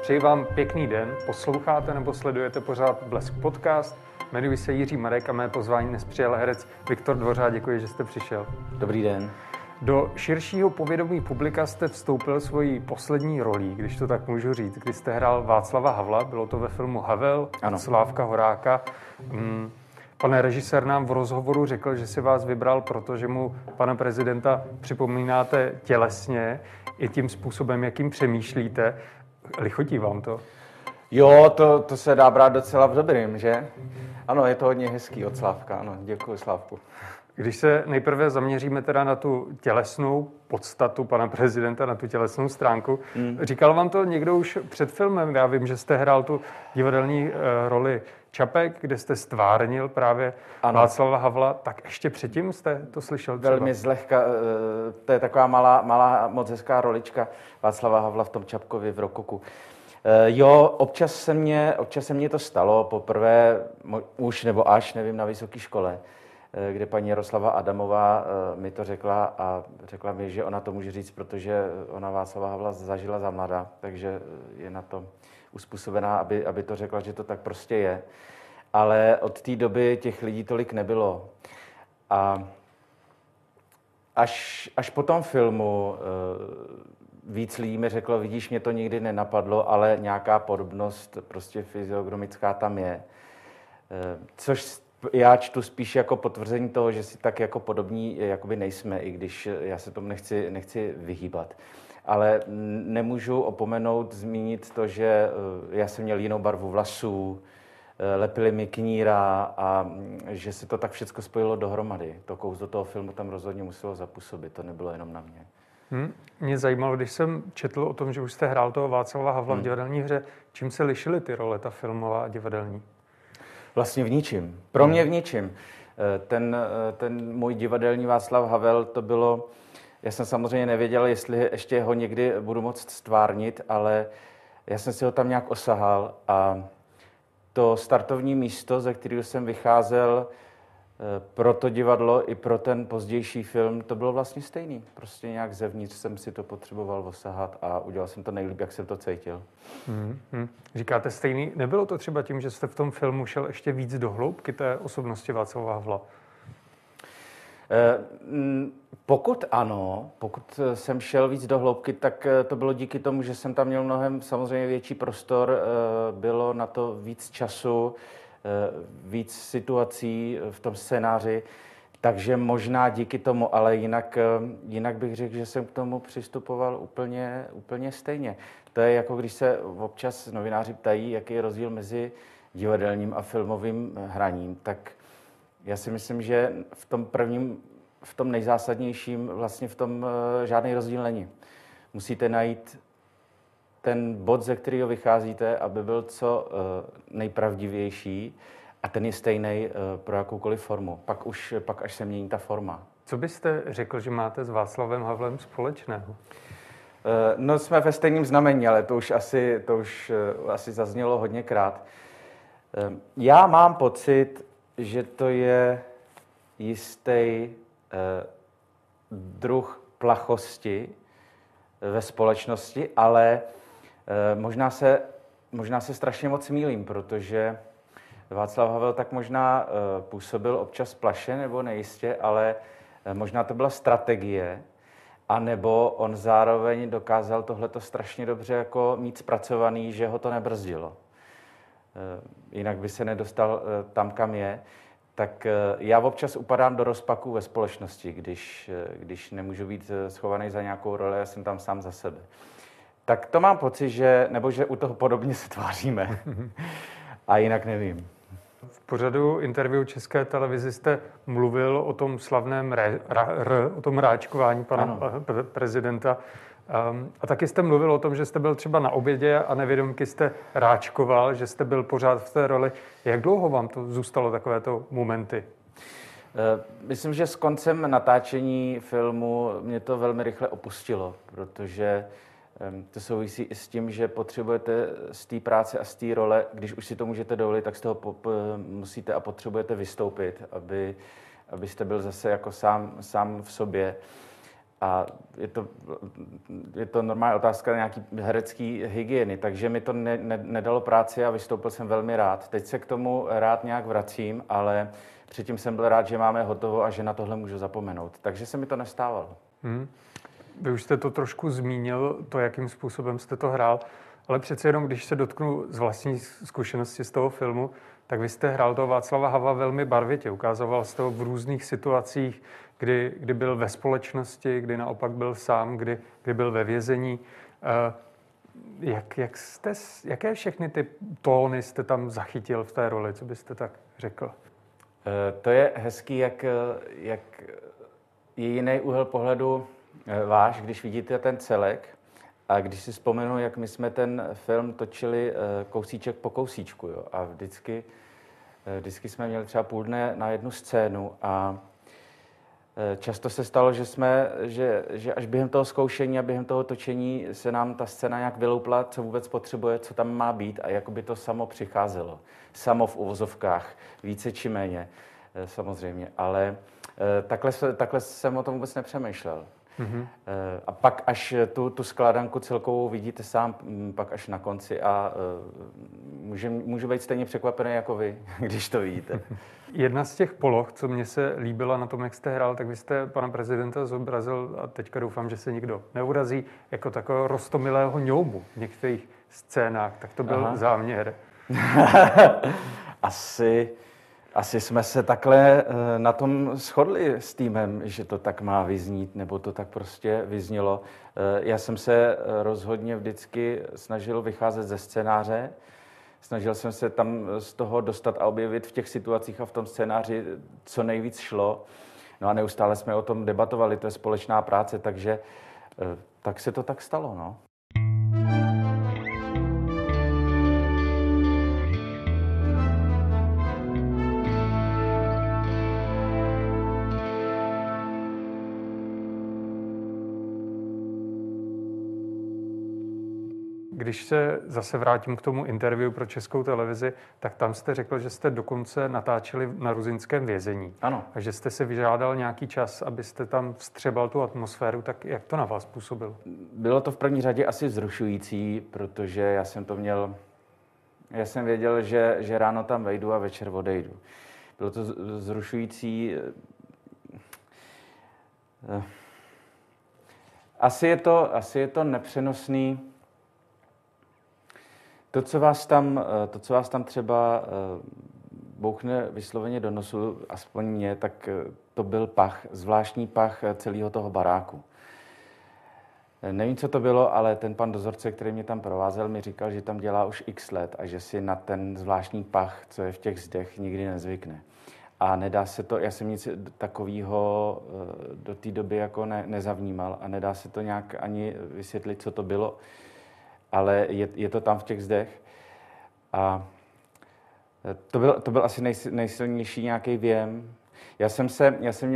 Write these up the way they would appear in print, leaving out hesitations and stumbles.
Přeji vám pěkný den, posloucháte nebo sledujete pořád Blesk podcast. Jmenuji se Jiří Marek a mé pozvání dnes přijal herec Viktor Dvořák. Děkuji, že jste přišel. Dobrý den. Do širšího povědomí publika jste vstoupil svojí poslední rolí, když to tak můžu říct, kdy jste hrál Václava Havla, bylo to ve filmu Havel, Ano. Slávka Horáka. Pan režisér nám v rozhovoru řekl, že si vás vybral, protože mu pana prezidenta připomínáte tělesně i tím způsobem, jakým přemýšlíte. Lichotí vám to? Jo, to se dá brát docela v dobrým, že? Ano, je to hodně hezký od Slávka, ano, děkuji Slávku. Když se nejprve zaměříme teda na tu tělesnou podstatu pana prezidenta, na tu tělesnou stránku. Říkal vám to někdo už před filmem? Já vím, že jste hrál tu divadelní roli Čapek, kde jste stvárnil právě Václava Havla. Tak ještě předtím jste to slyšel třeba? Velmi zlehka, to je taková malá, moc hezká rolička Václava Havla v tom Čapkovi v Rokoku. Jo, občas se mně to stalo, poprvé už nebo až, nevím, na vysoké škole, kde paní Jaroslava Adamová mi to řekla a řekla mi, že ona to může říct, protože ona Václava Havla zažila za mladá, takže je na to uspůsobená, aby to řekla, že to tak prostě je. Ale od té doby těch lidí tolik nebylo. A až po tom filmu víc lidí mi řeklo, vidíš, mě to nikdy nenapadlo, ale nějaká podobnost prostě fyziognomická tam je. Což já čtu spíš jako potvrzení toho, že si tak jako podobní jakoby nejsme, i když já se tomu nechci vyhýbat. Ale nemůžu opomenout zmínit to, že já jsem měl jinou barvu vlasů, lepili mi kníra a že se to tak všechno spojilo dohromady. To kouzlo toho filmu tam rozhodně muselo zapůsobit, to nebylo jenom na mě. Mě zajímalo, když jsem četl o tom, že už jste hrál toho Václava Havla v divadelní hře, čím se lišily ty role, ta filmová a divadelní? Vlastně v ničím. Pro mě v ničím. Ten můj divadelní Václav Havel, to bylo... Já jsem samozřejmě nevěděl, jestli ještě ho někdy budu moct stvárnit, ale já jsem si ho tam nějak osahal a to startovní místo, ze kterého jsem vycházel pro to divadlo i pro ten pozdější film, to bylo vlastně stejný. Prostě nějak zevnitř jsem si to potřeboval osahat a udělal jsem to nejlíp, jak jsem to cítil. Říkáte stejný. Nebylo to třeba tím, že jste v tom filmu šel ještě víc do hloubky té osobnosti Václava Havla? Pokud jsem šel víc do hloubky, tak to bylo díky tomu, že jsem tam měl mnohem samozřejmě větší prostor, bylo na to víc času, víc situací v tom scénáři, takže možná díky tomu, ale jinak bych řekl, že jsem k tomu přistupoval úplně stejně. To je jako když se občas novináři ptají, jaký je rozdíl mezi divadelním a filmovým hraním, tak já si myslím, že v tom nejzásadnějším, vlastně v tom žádný rozdíl není. Musíte najít ten bod, ze kterého vycházíte, aby byl co nejpravdivější a ten je stejný pro jakoukoliv formu. Pak až se mění ta forma. Co byste řekl, že máte s Václavem Havlem společného? No, jsme ve stejném znamení, ale to už asi zaznělo hodněkrát. Já mám pocit, že to je jistý druh plachosti ve společnosti, ale možná se strašně moc mýlím, protože Václav Havel tak možná působil občas plaše nebo nejistě, ale možná to byla strategie, anebo on zároveň dokázal tohleto strašně dobře jako mít zpracovaný, že ho to nebrzdilo. Jinak by se nedostal tam, kam je. Tak já občas upadám do rozpaků ve společnosti, když nemůžu být schovaný za nějakou roli, já jsem tam sám za sebe. Tak to mám pocit, že u toho podobně se tváříme. A jinak nevím. V pořadu interview České televizi jste mluvil o tom slavném o tom ráčkování pana prezidenta. A taky jste mluvil o tom, že jste byl třeba na obědě a nevědomky jste ráčkoval, že jste byl pořád v té roli. Jak dlouho vám to zůstalo, takovéto momenty? Myslím, že s koncem natáčení filmu mě to velmi rychle opustilo, protože to souvisí i s tím, že potřebujete z té práce a z té role, když už si to můžete dovolit, tak z toho musíte a potřebujete vystoupit, abyste byl zase jako sám v sobě. A je to normální otázka nějaký herecký hygieny, takže mi to nedalo práci a vystoupil jsem velmi rád. Teď se k tomu rád nějak vracím, ale předtím jsem byl rád, že máme hotovo a že na tohle můžu zapomenout. Takže se mi to nestávalo. Vy už jste to trošku zmínil, to, jakým způsobem jste to hrál, ale přece jenom, když se dotknu z vlastní zkušenosti z toho filmu, tak vy jste hrál toho Václava Havla velmi barvitě. Ukázoval jste ho v různých situacích, kdy byl ve společnosti, kdy naopak byl sám, kdy byl ve vězení. Jaké všechny ty tóny jste tam zachytil v té roli, co byste tak řekl? To je hezký, jak je jiný úhel pohledu váš, když vidíte ten celek. A když si vzpomenu, jak my jsme ten film točili kousíček po kousíčku, jo, a vždycky jsme měli třeba půl dne na jednu scénu a často se stalo, že až během toho zkoušení a během toho točení se nám ta scéna nějak vyloupla, co vůbec potřebuje, co tam má být a jakoby to samo přicházelo. Samo v uvozovkách, více či méně, samozřejmě. Ale takhle jsem o tom vůbec nepřemýšlel. Mm-hmm. A pak až tu skládanku celkovou vidíte sám, pak až na konci a můžu být stejně překvapený jako vy, když to vidíte. Jedna z těch poloh, co mně se líbila na tom, jak jste hrál, tak vy jste pana prezidenta zobrazil, a teďka doufám, že se nikdo neurazí, jako takového roztomilého ňoubu v některých scénách. Tak to byl záměr. Asi jsme se takhle na tom shodli s týmem, že to tak má vyznít, nebo to tak prostě vyznělo. Já jsem se rozhodně vždycky snažil vycházet ze scénáře, snažil jsem se tam z toho dostat a objevit v těch situacích a v tom scénáři co nejvíc šlo. No a neustále jsme o tom debatovali, to je společná práce, takže tak se to tak stalo, no. Když se zase vrátím k tomu interview pro Českou televizi, tak tam jste řekl, že jste dokonce natáčeli na ruzinském vězení. Ano. A že jste si vyžádal nějaký čas, abyste tam vstřebal tu atmosféru. Tak jak to na vás působilo? Bylo to v první řadě asi vzrušující, protože já jsem věděl, že ráno tam vejdu a večer odejdu. Bylo to vzrušující. Asi je to nepřenosný. To, co vás tam třeba bouchne vysloveně do nosu, aspoň mě, tak to byl pach, zvláštní pach celého toho baráku. Nevím, co to bylo, ale ten pan dozorce, který mě tam provázel, mi říkal, že tam dělá už x let a že si na ten zvláštní pach, co je v těch zdech, nikdy nezvykne. A nedá se to, já jsem nic takového do té doby jako nezavnímal a nedá se to nějak ani vysvětlit, co to bylo. Ale je to tam v těch zdech. A to byl asi nejsilnější nějaký věm. Já jsem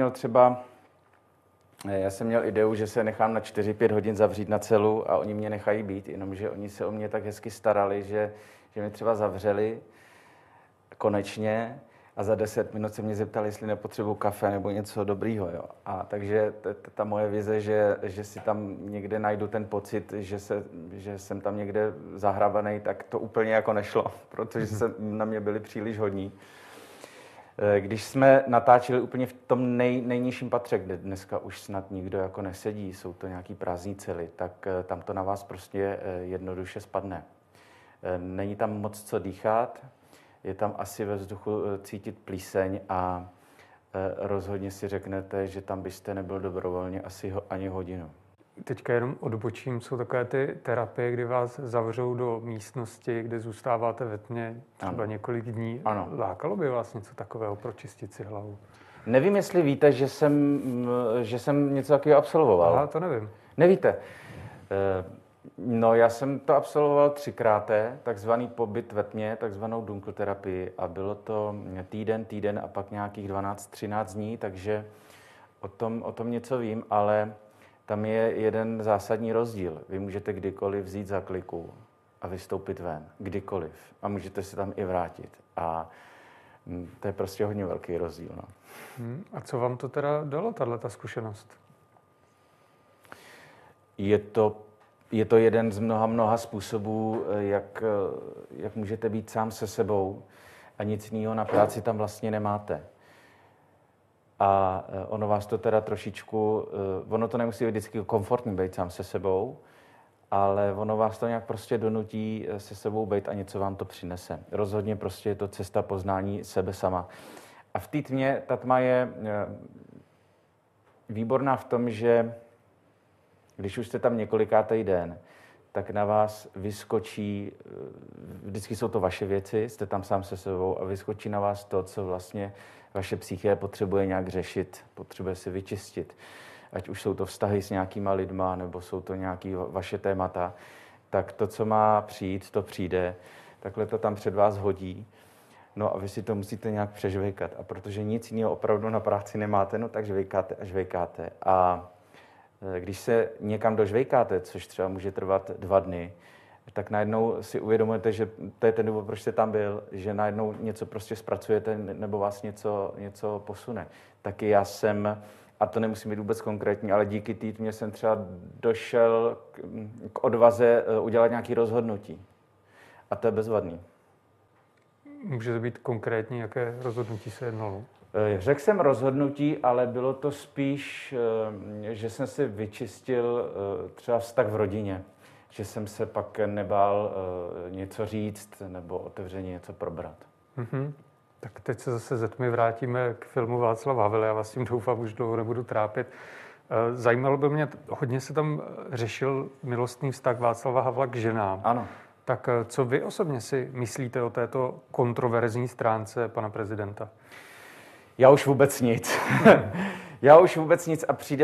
měl ideu, že se nechám na 4-5 hodin zavřít na celu a oni mě nechají být, jenomže oni se o mě tak hezky starali, že mě třeba zavřeli konečně a za 10 minut se mě zeptali, jestli nepotřebuji kafe nebo něco dobrýho. Jo. A takže ta moje vize, že si tam někde najdu ten pocit, že jsem tam někde zahrabaný, tak to úplně jako nešlo, protože se na mě byli příliš hodní. Když jsme natáčeli úplně v tom nejnižším patře, kde dneska už snad nikdo jako nesedí, jsou to nějaký prázdní cely, tak tam to na vás prostě jednoduše spadne. Není tam moc co dýchat, je tam asi ve vzduchu cítit plíseň a rozhodně si řeknete, že tam byste nebyl dobrovolně ani hodinu. Teďka jenom odbočím, jsou takové ty terapie, kdy vás zavřou do místnosti, kde zůstáváte ve tmě třeba několik dní. Ano. Lákalo by vás něco takového pročistit si hlavu? Nevím, jestli víte, že jsem něco takového absolvoval. Aha, to nevím. Nevíte. No, já jsem to absolvoval 3krát, takzvaný pobyt ve tmě, takzvanou dunkelterapii a bylo to týden a pak nějakých 12-13 dní, takže o tom něco vím, ale tam je jeden zásadní rozdíl. Vy můžete kdykoliv vzít za kliku a vystoupit ven, kdykoliv a můžete se tam i vrátit a to je prostě hodně velký rozdíl. No. A co vám to teda dalo, tato zkušenost? je to jeden z mnoha způsobů, jak můžete být sám se sebou a nic jiného na práci tam vlastně nemáte. A ono vás to teda trošičku, ono to nemusí být vždycky komfortní být sám se sebou, ale ono vás to nějak prostě donutí se sebou být a něco vám to přinese. Rozhodně prostě je to cesta poznání sebe sama. A v té tmě, ta tma je výborná v tom, že když už jste tam několikátý den, tak na vás vyskočí, vždycky jsou to vaše věci, jste tam sám se sebou a vyskočí na vás to, co vlastně vaše psyché potřebuje nějak řešit, potřebuje si vyčistit. Ať už jsou to vztahy s nějakýma lidma, nebo jsou to nějaké vaše témata, tak to, co má přijít, to přijde. Takhle to tam před vás hodí. No a vy si to musíte nějak přežvejkat. A protože nic jiného opravdu na práci nemáte, no tak žvejkáte a žvejkáte. A když se někam dožvejkáte, což třeba může trvat 2 dny, tak najednou si uvědomujete, že to je ten důvod, proč jste tam byl, že najednou něco prostě zpracujete nebo vás něco posune. Taky já jsem, a to nemusí být vůbec konkrétní, ale díky té tmě jsem třeba došel k odvaze udělat nějaké rozhodnutí. A to je bezvadný. Může to být konkrétní, jaké rozhodnutí se jednalo? Řekl jsem rozhodnutí, ale bylo to spíš, že jsem si vyčistil třeba vztah v rodině. Že jsem se pak nebál něco říct nebo otevřeně něco probrat. Mm-hmm. Tak teď se zase ze tmy vrátíme k filmu Václava Havla. Já vás tím doufám, už dlouho nebudu trápit. Zajímalo by mě, hodně se tam řešil milostný vztah Václava Havla k ženám. Ano. Tak co vy osobně si myslíte o této kontroverzní stránce pana prezidenta? Já už vůbec nic. Já už vůbec nic a přijde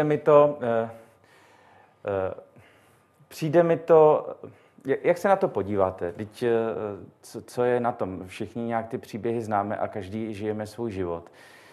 mi to, jak se na to podíváte? Teď, co je na tom? Všichni nějak ty příběhy známe a každý žijeme svůj život.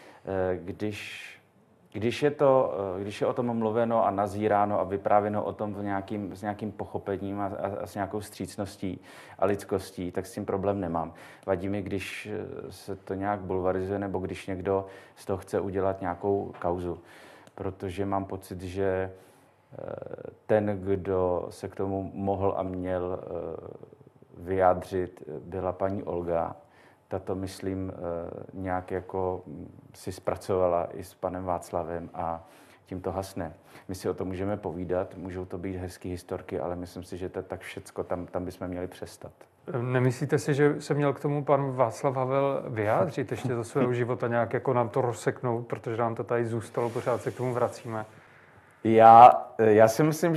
Když je o tom mluveno a nazíráno a vyprávěno o tom s nějakým pochopením a s nějakou vstřícností a lidskostí, tak s tím problém nemám. Vadí mi, když se to nějak bulvarizuje nebo když někdo z toho chce udělat nějakou kauzu. Protože mám pocit, že ten, kdo se k tomu mohl a měl vyjádřit, byla paní Olga. Tato, myslím, nějak jako si zpracovala i s panem Václavem a tím to hasne. My si o tom můžeme povídat, můžou to být hezké historky, ale myslím si, že to je tak všecko, tam bychom měli přestat. Nemyslíte si, že se měl k tomu pan Václav Havel vyjádřit ještě za svého života, nějak jako nám to rozseknout, protože nám to tady zůstalo, pořád se k tomu vracíme? Já si myslím,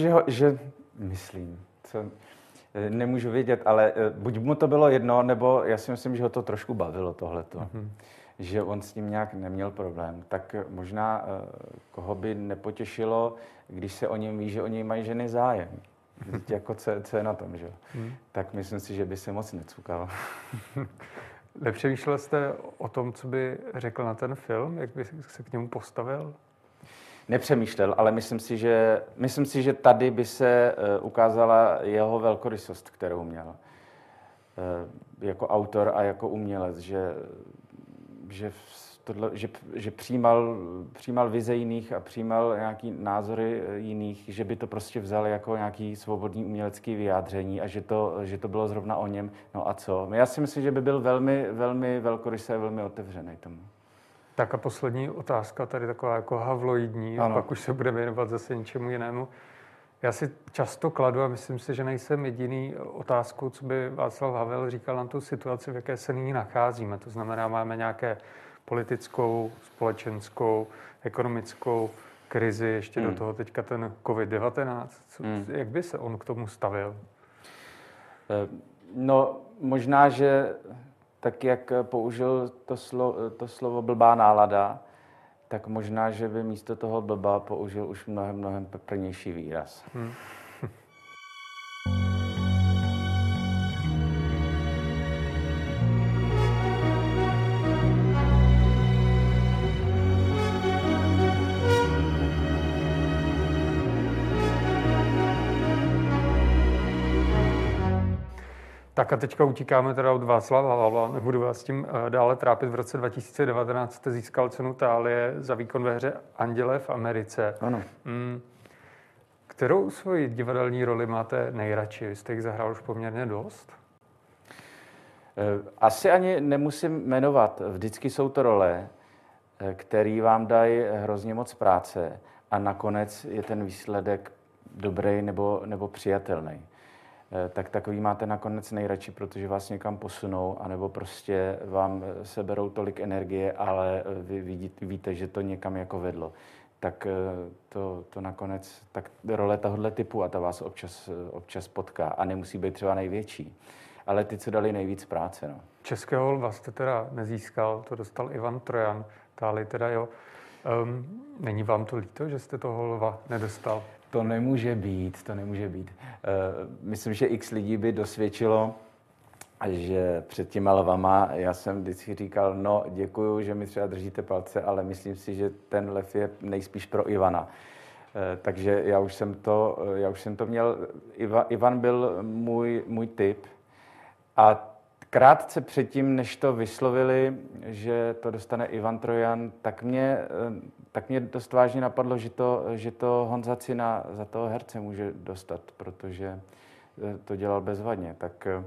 nemůžu vědět, ale buď mu to bylo jedno, nebo já si myslím, že ho to trošku bavilo tohleto. Mm-hmm. Že on s tím nějak neměl problém. Tak možná koho by nepotěšilo, když se o něm ví, že o něj mají ženy zájem. Jako co je na tom, že? Tak myslím si, že by se moc necukal. Nepřemýšlel jste o tom, co by řekl na ten film? Jak by se k němu postavil? Nepřemýšlel, ale myslím si, že tady by se ukázala jeho velkorysost, kterou měl. Jako autor a jako umělec, že přijímal vize jiných a přijímal nějaký názory jiných, že by to prostě vzal jako nějaký svobodný umělecký vyjádření a že to bylo zrovna o něm. No a co? Já si myslím, že by byl velmi, velmi velkorysý a velmi otevřený tomu. Tak a poslední otázka, tady taková jako havloidní, a pak už se budeme věnovat zase něčemu jinému. Já si často kladu a myslím si, že nejsem jediný otázku, co by Václav Havel říkal na tu situaci, v jaké se nyní nacházíme. To znamená, máme nějaké politickou, společenskou, ekonomickou krizi, ještě do toho teďka ten COVID-19. Jak by se on k tomu stavil? No, možná, že tak jak použil to slovo blbá nálada, tak možná, že by místo toho blbá použil už mnohem peprnější výraz. Tak a teďka utíkáme teda od Václava Havla, nebudu vás tím dále trápit. V roce 2019 jste získal cenu Thálie za výkon ve hře Andělé v Americe. Ano. Kterou svoji divadelní roli máte nejradši? Vy jste jich zahrál už poměrně dost? Asi ani nemusím jmenovat. Vždycky jsou to role, které vám dají hrozně moc práce a nakonec je ten výsledek dobrý nebo přijatelný. Tak takový máte nakonec nejradši, protože vás někam posunou, anebo prostě vám seberou tolik energie, ale vy víte, že to někam jako vedlo. Tak to nakonec, tak role tohohle typu a ta vás občas potká a nemusí být třeba největší. Ale ty, co dali nejvíc práce, no. Českého lva jste teda nezískal, to dostal Ivan Trojan, táli teda jo. Není vám to líto, že jste toho lva nedostal? To nemůže být. Myslím, že x lidí by dosvědčilo, že před těma lvama já jsem vždycky říkal, no děkuju, že mi třeba držíte palce, ale myslím si, že ten lev je nejspíš pro Ivana. Takže já už jsem to měl. Ivan byl můj typ. A krátce předtím, než to vyslovili, že to dostane Ivan Trojan, tak mě dost vážně napadlo, že to Honza Cina za toho herce může dostat, protože to dělal bezvadně.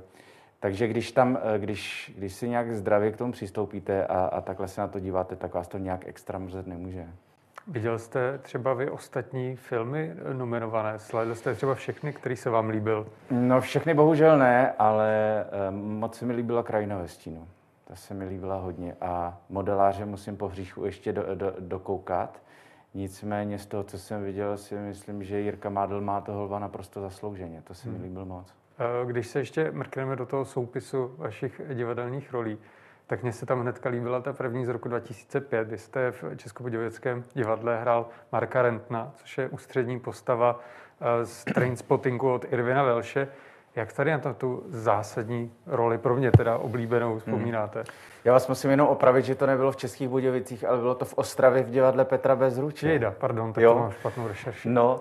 Takže když si nějak zdravě k tomu přistoupíte a takhle se na to díváte, tak vás to nějak extra mrzet nemůže. Viděl jste třeba vy ostatní filmy nominované? Sledovali jste třeba všechny, který se vám líbil? No všechny bohužel ne, ale moc se mi líbila Krajina ve stínu. Ta se mi líbila hodně a Modeláře musím po hříchu ještě dokoukat. Nicméně z toho, co jsem viděl, si myslím, že Jirka Mádl má toho lva naprosto zaslouženě. To se mi líbil moc. Když se ještě mrkneme do toho soupisu vašich divadelních rolí, tak mně se tam hnedka líbila ta první z roku 2005, kdy jste v Českobudějovickém divadle hrál Marka Rentna, což je ústřední postava z Trainspottingu od Irvina Welche. Jak tady na tu zásadní roli, pro mě teda oblíbenou, vzpomínáte? Já vás musím jenom opravit, že to nebylo v Českých Budějovicích, ale bylo to v Ostravě v divadle Petra Bezruče. Jejda, pardon, tak to mám špatnou rešerši. No,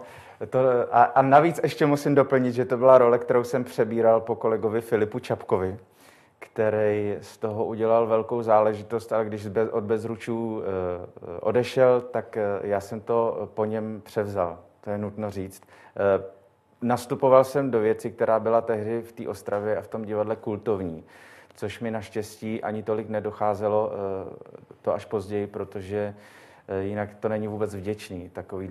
a navíc ještě musím doplnit, že to byla role, kterou jsem přebíral po kolegovi Filipu Čapkovi, který z toho udělal velkou záležitost, ale když od Bezručů odešel, tak já jsem to po něm převzal. To je nutno říct. Nastupoval jsem do věci, která byla tehdy v té Ostravě a v tom divadle kultovní, což mi naštěstí ani tolik nedocházelo, to až později, protože jinak to není vůbec vděčný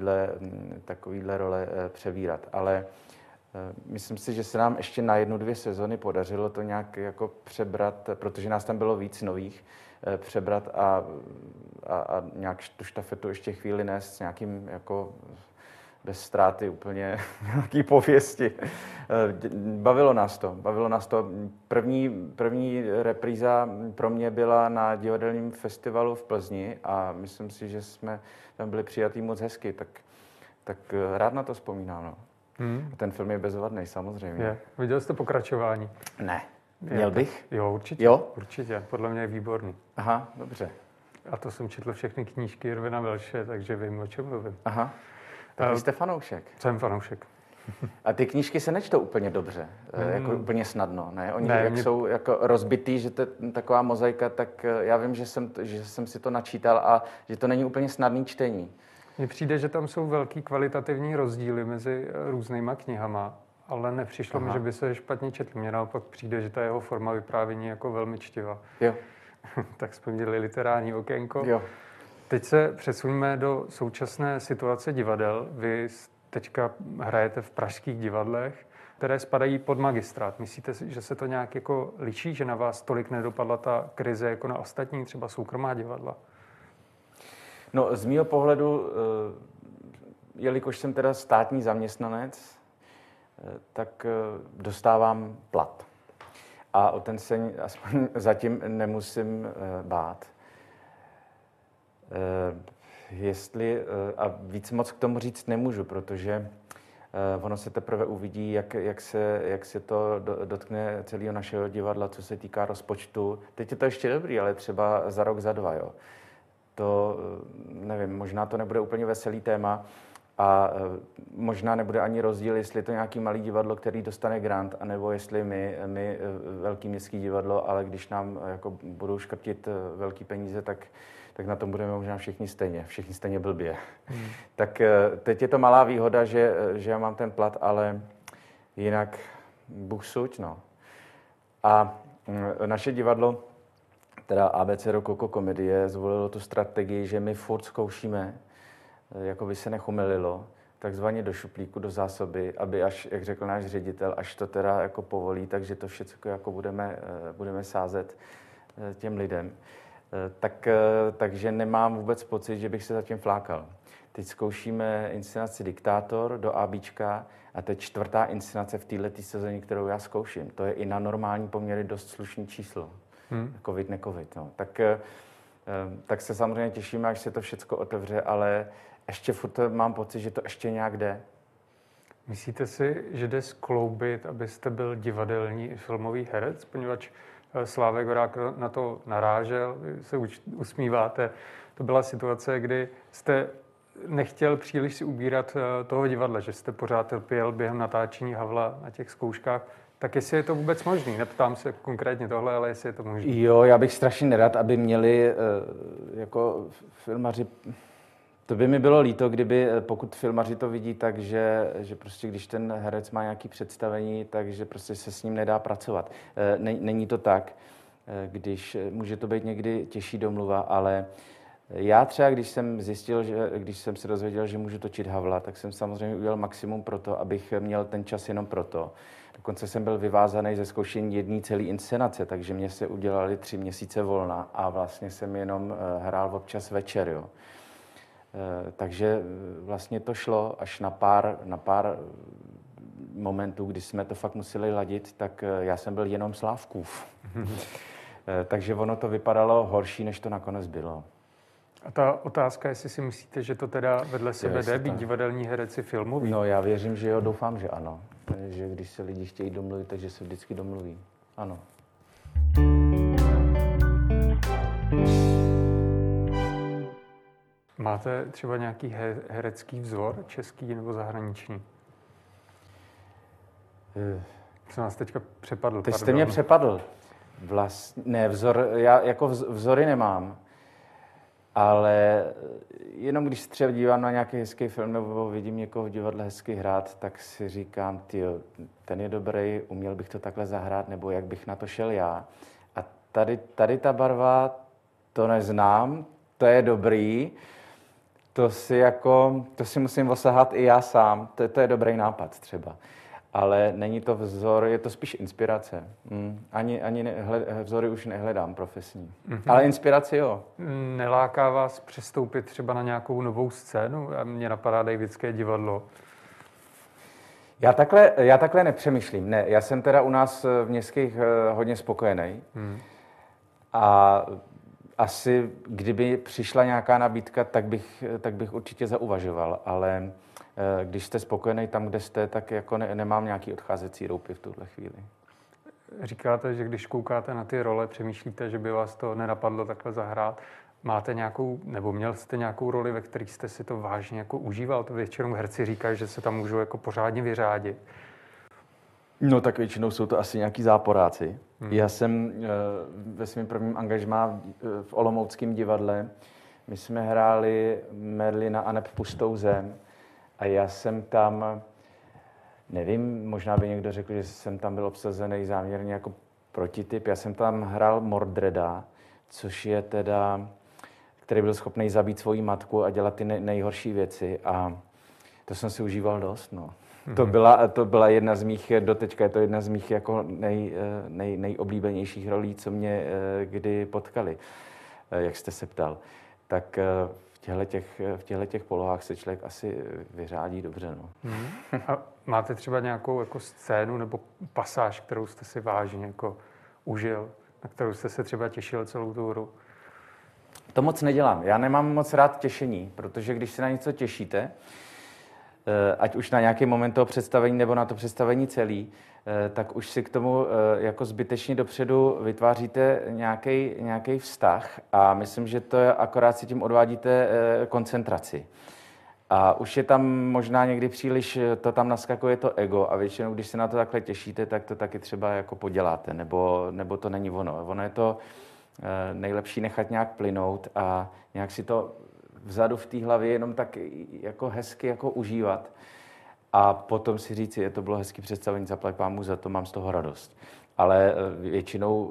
takovýhle role přebírat. Ale myslím si, že se nám ještě na 1-2 sezony podařilo to nějak jako přebrat, protože nás tam bylo víc nových, přebrat a nějak tu štafetu ještě chvíli nést s nějakým jako bez ztráty úplně nějaký pověsti. Bavilo nás to. První repríza pro mě byla na divadelním festivalu v Plzni a myslím si, že jsme tam byli přijatý moc hezky, tak rád na to vzpomínám. No. Ten film je bezvadný, samozřejmě. Viděl jste pokračování? Ne. Měl bych? Jo, určitě. Jo? Určitě. Podle mě je výborný. Aha, dobře. A to jsem četl všechny knížky Irvina Welche, takže vím, o čem mluvím. Aha. Tak vy jste fanoušek. Jsem fanoušek. A ty knížky se nečtou úplně dobře, jako úplně snadno, ne? Oni jsou jako rozbitý, že to je taková mozaika, tak já vím, že jsem si to načítal a že to není úplně snadný čtení. Mně přijde, že tam jsou velký kvalitativní rozdíly mezi různýma knihama, ale nepřišlo mi, že by se špatně četl. Mně naopak přijde, že ta jeho forma vyprávění je jako velmi čtivá. Jo. Tak jsme měli literární okénko. Jo. Teď se přesuňme do současné situace divadel. Vy teďka hrajete v pražských divadlech, které spadají pod magistrát. Myslíte si, že se to nějak jako liší, že na vás tolik nedopadla ta krize jako na ostatní, třeba soukromá divadla? No, z mýho pohledu, jelikož jsem teda státní zaměstnanec, tak dostávám plat. A o ten se aspoň zatím nemusím bát. A víc moc k tomu říct nemůžu, protože ono se teprve uvidí, jak se to dotkne celého našeho divadla, co se týká rozpočtu. Teď je to ještě dobrý, ale třeba za rok, za 2, jo. To nevím, možná to nebude úplně veselý téma, A možná nebude ani rozdíl, jestli to nějaký malý divadlo, který dostane grant, anebo jestli my velký městský divadlo, ale když nám jako budou škrtit velký peníze, tak na tom budeme možná všichni stejně blbě. Tak teď je to malá výhoda, že já mám ten plat, ale jinak Bůh suď, no. A naše divadlo, teda ABC Rokoko komedie, zvolilo tu strategii, že my furt zkoušíme, jako by se nechomililo, takzvaně do šuplíku, do zásoby, aby až, jak řekl náš ředitel, až to teda jako povolí, takže to všechno jako budeme sázet těm lidem. Takže nemám vůbec pocit, že bych se zatím flákal. Teď zkoušíme inscenaci Diktátor do ABčka a teď 4. inscenace v této sezóně, kterou já zkouším. To je i na normální poměry dost slušný číslo. Covid, necovid. No. Tak se samozřejmě těšíme, až se to všechno otevře, ale ještě furt mám pocit, že to ještě nějak jde. Myslíte si, že jde skloubit, abyste byl divadelní i filmový herec, poněvadž Slávek Horák na to narážel, vy se usmíváte. To byla situace, kdy jste nechtěl příliš si ubírat toho divadla, že jste pořád trpěl během natáčení Havla na těch zkouškách. Tak jestli je to vůbec možný? Neptám se konkrétně tohle, ale jestli je to možný. Jo, já bych strašně nerad, aby měli jako filmaři... To by mi bylo líto, pokud filmaři to vidí tak, že prostě když ten herec má nějaké představení, takže prostě se s ním nedá pracovat. Není to tak, může to být někdy těžší domluva, ale já třeba, když jsem se dozvěděl, že můžu točit Havla, tak jsem samozřejmě udělal maximum pro to, abych měl ten čas jenom proto. Dokonce jsem byl vyvázaný ze zkoušení jedné celé inscenace, takže mě se udělali 3 měsíce volna a vlastně jsem jenom hrál občas večer, jo. Takže vlastně to šlo až na pár momentů, kdy jsme to fakt museli ladit, tak já jsem byl jenom Slávkův. Takže ono to vypadalo horší, než to nakonec bylo. A ta otázka, jestli si myslíte, že to teda vedle sebe jde být divadelní hereci filmový? No, já věřím, že jo, doufám, že ano. Že když se lidi chtějí domluvit, takže se vždycky domluví. Ano. Máte třeba nějaký herecký vzor, český nebo zahraniční? Jsem vás teďka přepadl. Teď jste mě přepadl. Ne, já jako vzory nemám. Ale jenom když se třeba dívám na nějaký hezký film nebo vidím někoho v divadle hezky hrát, tak si říkám, tyjo, ten je dobrý, uměl bych to takhle zahrát, nebo jak bych na to šel já. A tady ta barva, to neznám, to je dobrý, to si musím osahat i já sám, to je dobrý nápad třeba. Ale není to vzor, je to spíš inspirace. Ani vzory už nehledám profesní. Ale inspiraci jo. Neláká vás přestoupit třeba na nějakou novou scénu? Mně napadá Davidské divadlo. Já takhle nepřemýšlím. Ne, já jsem teda u nás v Městských hodně spokojený. A asi, kdyby přišla nějaká nabídka, tak bych určitě zauvažoval. Ale když jste spokojený tam, kde jste, tak jako nemám nějaký odcházecí roupy v tuhle chvíli. Říkáte, že když koukáte na ty role, přemýšlíte, že by vás to nenapadlo takhle zahrát. Máte nějakou, nebo měl jste nějakou roli, ve které jste si to vážně jako užíval? To většinou herci říkají, že se tam můžou jako pořádně vyřádit. No tak většinou jsou to asi nějaký záporáci. Já jsem ve svém prvním angažmá v Olomouckém divadle, my jsme hráli Merlina a neb Pustou zem a já jsem tam, nevím, možná by někdo řekl, že jsem tam byl obsazený záměrně jako protityp. Já jsem tam hrál Mordreda, což je teda, který byl schopný zabít svoji matku a dělat ty nejhorší věci a to jsem si užíval dost, no. To byla jedna z mých, doteďka je to jedna z mých jako nejoblíbenějších rolí, co mě kdy potkali, jak jste se ptal. Tak v těchto polohách se člověk asi vyřádí dobře, no. A máte třeba nějakou jako scénu nebo pasáž, kterou jste si vážně jako užil, na kterou jste se třeba těšil celou tu hru? To moc nedělám. Já nemám moc rád těšení, protože když se na něco těšíte, ať už na nějaký moment toho představení nebo na to představení celý, tak už si k tomu jako zbytečně dopředu vytváříte nějaký vztah a myslím, že to je, akorát si tím odvádíte koncentraci. A už je tam možná někdy příliš, to tam naskakuje to ego a většinou, když se na to takhle těšíte, tak to taky třeba jako poděláte, nebo to není ono. Ono je to nejlepší nechat nějak plynout a nějak si to vzadu v té hlavě jenom tak jako hezky jako užívat. A potom si říct, to bylo hezky představení, zaplať pámu za to, mám z toho radost. Ale většinou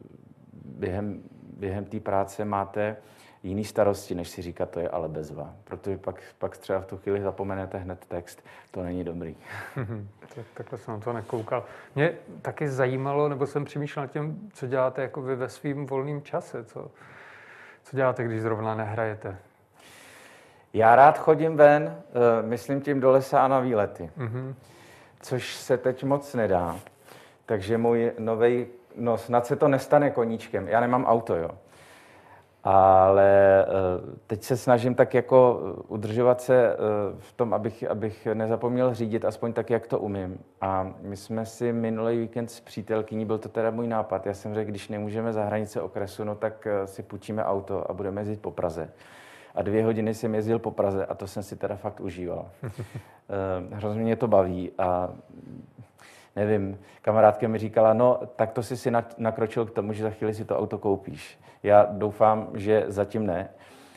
během té práce máte jiný starosti, než si říkat, to je ale bezva. Protože pak třeba v tu chvíli zapomenete hned text. To není dobrý. Takhle jsem na to nekoukal. Mě taky zajímalo, nebo jsem přemýšlel nad tím, co děláte jako vy ve svým volném čase. Co děláte, když zrovna nehrajete? Já rád chodím ven, myslím tím do lesa a na výlety. Což se teď moc nedá. Takže můj novej, snad se to nestane koníčkem. Já nemám auto, jo. Ale teď se snažím tak jako udržovat se v tom, abych nezapomněl řídit, aspoň tak, jak to umím. A my jsme si minulý víkend s přítelkyní, byl to teda můj nápad, já jsem řekl, když nemůžeme za hranice okresu, no tak si půjčíme auto a budeme jezdit po Praze. A 2 hodiny jsem jezdil po Praze a to jsem si teda fakt užíval. Hrozně mě to baví a nevím, kamarádka mi říkala, no tak to si nakročil k tomu, že za chvíli si to auto koupíš. Já doufám, že zatím ne,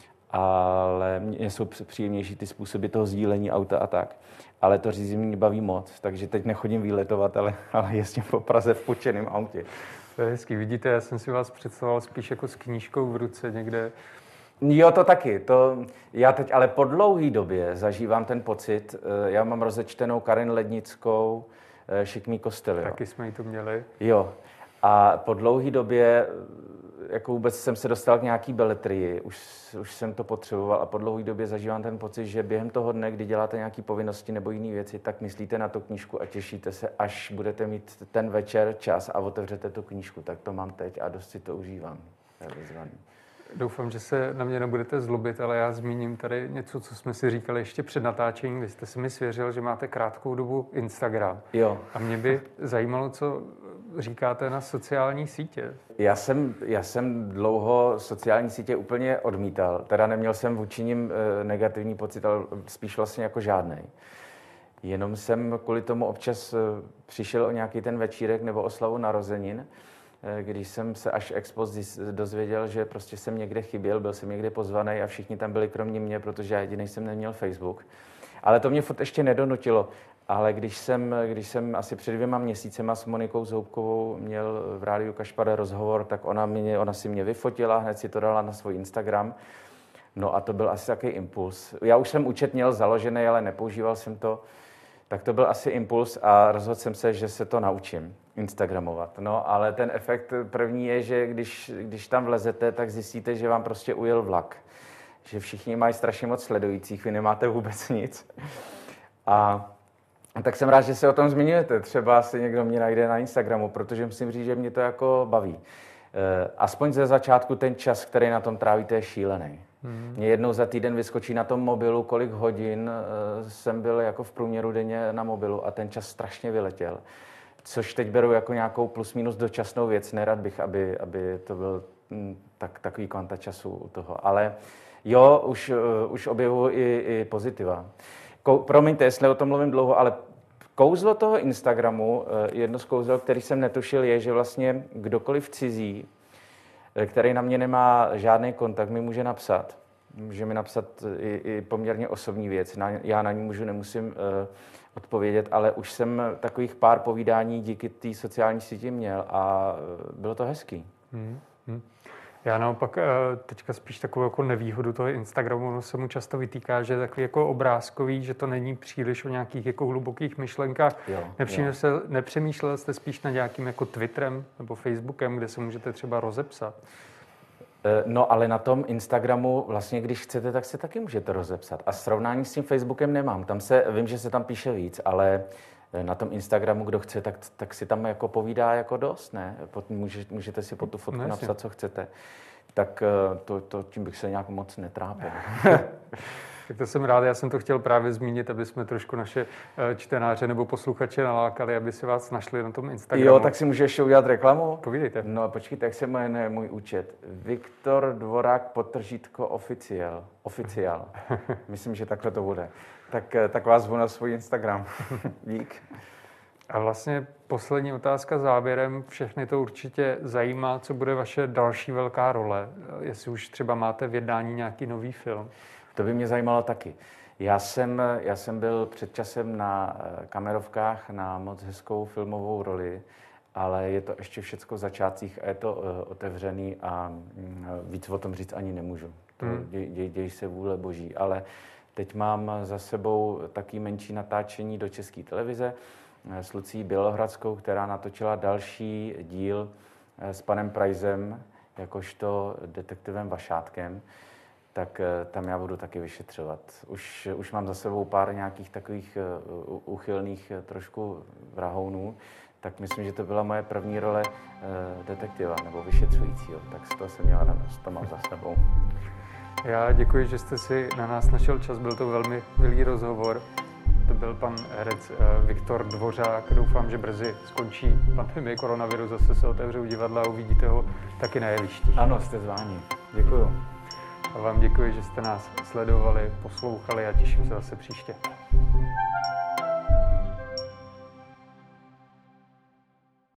ale mě jsou příjemnější ty způsoby toho sdílení auta a tak. Ale to řízení mě baví moc, takže teď nechodím výletovat, ale jezdím po Praze v půjčeném autě. To je hezký. Vidíte, já jsem si vás představoval spíš jako s knížkou v ruce někde. Jo, to taky. Já teď ale po dlouhé době zažívám ten pocit, já mám rozečtenou Karin Lednickou, Šikmý kostely. Taky jsme ji tu měli. Jo. A po dlouhé době jako vůbec jsem se dostal k nějaký beletrii, už jsem to potřeboval a po dlouhé době zažívám ten pocit, že během toho dne, kdy děláte nějaké povinnosti nebo jiné věci, tak myslíte na tu knížku a těšíte se, až budete mít ten večer čas a otevřete tu knížku. Tak to mám teď a dost si to užívám. To je vyzvaný. Doufám, že se na mě nebudete zlobit, ale já zmíním tady něco, co jsme si říkali ještě před natáčením. Vy jste si mi svěřil, že máte krátkou dobu Instagram. Jo. A mě by zajímalo, co říkáte na sociální sítě. Já jsem dlouho sociální sítě úplně odmítal. Teda neměl jsem vůči nim negativní pocit, ale spíš vlastně jako žádnej. Jenom jsem kvůli tomu občas přišel o nějaký ten večírek nebo oslavu narozenin, když jsem se až ex post dozvěděl, že prostě jsem někde chyběl, byl jsem někde pozvaný a všichni tam byli kromě mě, protože já jediný jsem neměl Facebook. Ale to mě furt ještě nedonutilo. Ale když jsem asi před 2 měsícema s Monikou Zoubkovou měl v rádiu Kašpar rozhovor, tak ona si mě vyfotila, hned si to dala na svůj Instagram. No a to byl asi takový impuls. Já už jsem účet měl založený, ale nepoužíval jsem to. Tak to byl asi impuls a rozhodl jsem se, že se to naučím instagramovat. No, ale ten efekt první je, že když tam vlezete, tak zjistíte, že vám prostě ujel vlak. Že všichni mají strašně moc sledujících, vy nemáte vůbec nic. A tak jsem rád, že se o tom zmiňujete. Třeba si někdo mě najde na Instagramu, protože musím říct, že mě to jako baví. Aspoň ze začátku ten čas, který na tom trávíte, je šílený. Mě jednou za týden vyskočí na tom mobilu, kolik hodin jsem byl jako v průměru denně na mobilu a ten čas strašně vyletěl. Což teď beru jako nějakou plus minus dočasnou věc. Nerad bych, aby to byl takový kvanta času u toho. Ale jo, už objevuji i pozitiva. Promiňte, jestli o tom mluvím dlouho, ale kouzlo toho Instagramu, jedno z kouzel, který jsem netušil, je, že vlastně kdokoliv cizí, který na mě nemá žádný kontakt, mi může napsat. Může mi napsat i poměrně osobní věc. Já na ní nemusím odpovědět, ale už jsem takových pár povídání díky té sociální síti měl a bylo to hezký. Já naopak teďka spíš takovou jako nevýhodu toho Instagramu, no se mu často vytýká, že je takový jako obrázkový, že to není příliš o nějakých jako hlubokých myšlenkách. Nepřemýšlel jste spíš nad nějakým jako Twitterem nebo Facebookem, kde se můžete třeba rozepsat? No, ale na tom Instagramu vlastně, když chcete, tak se taky můžete rozepsat. A srovnání s tím Facebookem nemám. Vím, že se tam píše víc, ale na tom Instagramu, kdo chce, tak si tam jako povídá jako dost, ne? Můžete si pod tu fotku napsat, co chcete. Tak tím bych se nějak moc netrápil. Tak to jsem rád, já jsem to chtěl právě zmínit, aby jsme trošku naše čtenáře nebo posluchače nalákali, aby si vás našli na tom Instagramu. Jo, tak si můžeš ještě udělat reklamu? Povídejte. No počkejte, jak se jmenuje můj účet? Viktor Dvorák _ oficiál. Myslím, že takhle to bude. Tak vás zvu na svůj Instagram. Dík. A vlastně poslední otázka závěrem. Všechny to určitě zajímá, co bude vaše další velká role. Jestli už třeba máte v jednání nějaký nový film. To by mě zajímalo taky. Já jsem byl před časem na kamerovkách na moc hezkou filmovou roli, ale je to ještě všecko v začátcích a je to otevřený a víc o tom říct ani nemůžu. Děj se vůle boží. Ale teď mám za sebou taky menší natáčení do České televize s Lucí Bělohradskou, která natočila další díl s panem Prajzem, jakožto detektivem Vašátkem. Tak tam já budu taky vyšetřovat. Už mám za sebou pár nějakých takových uchylných trošku vrahounů, tak myslím, že to byla moje první role detektiva nebo vyšetřujícího. Tak z toho jsem měla radost, to mám za sebou. Já děkuji, že jste si na nás našel čas, byl to velmi milý rozhovor. To byl pan herec Viktor Dvořák. Doufám, že brzy skončí pandemie koronaviru, zase se otevřou divadla a uvidíte ho taky na jevišti. Ano, jste zváni. Děkuju. A vám děkuji, že jste nás sledovali, poslouchali a těším se zase příště.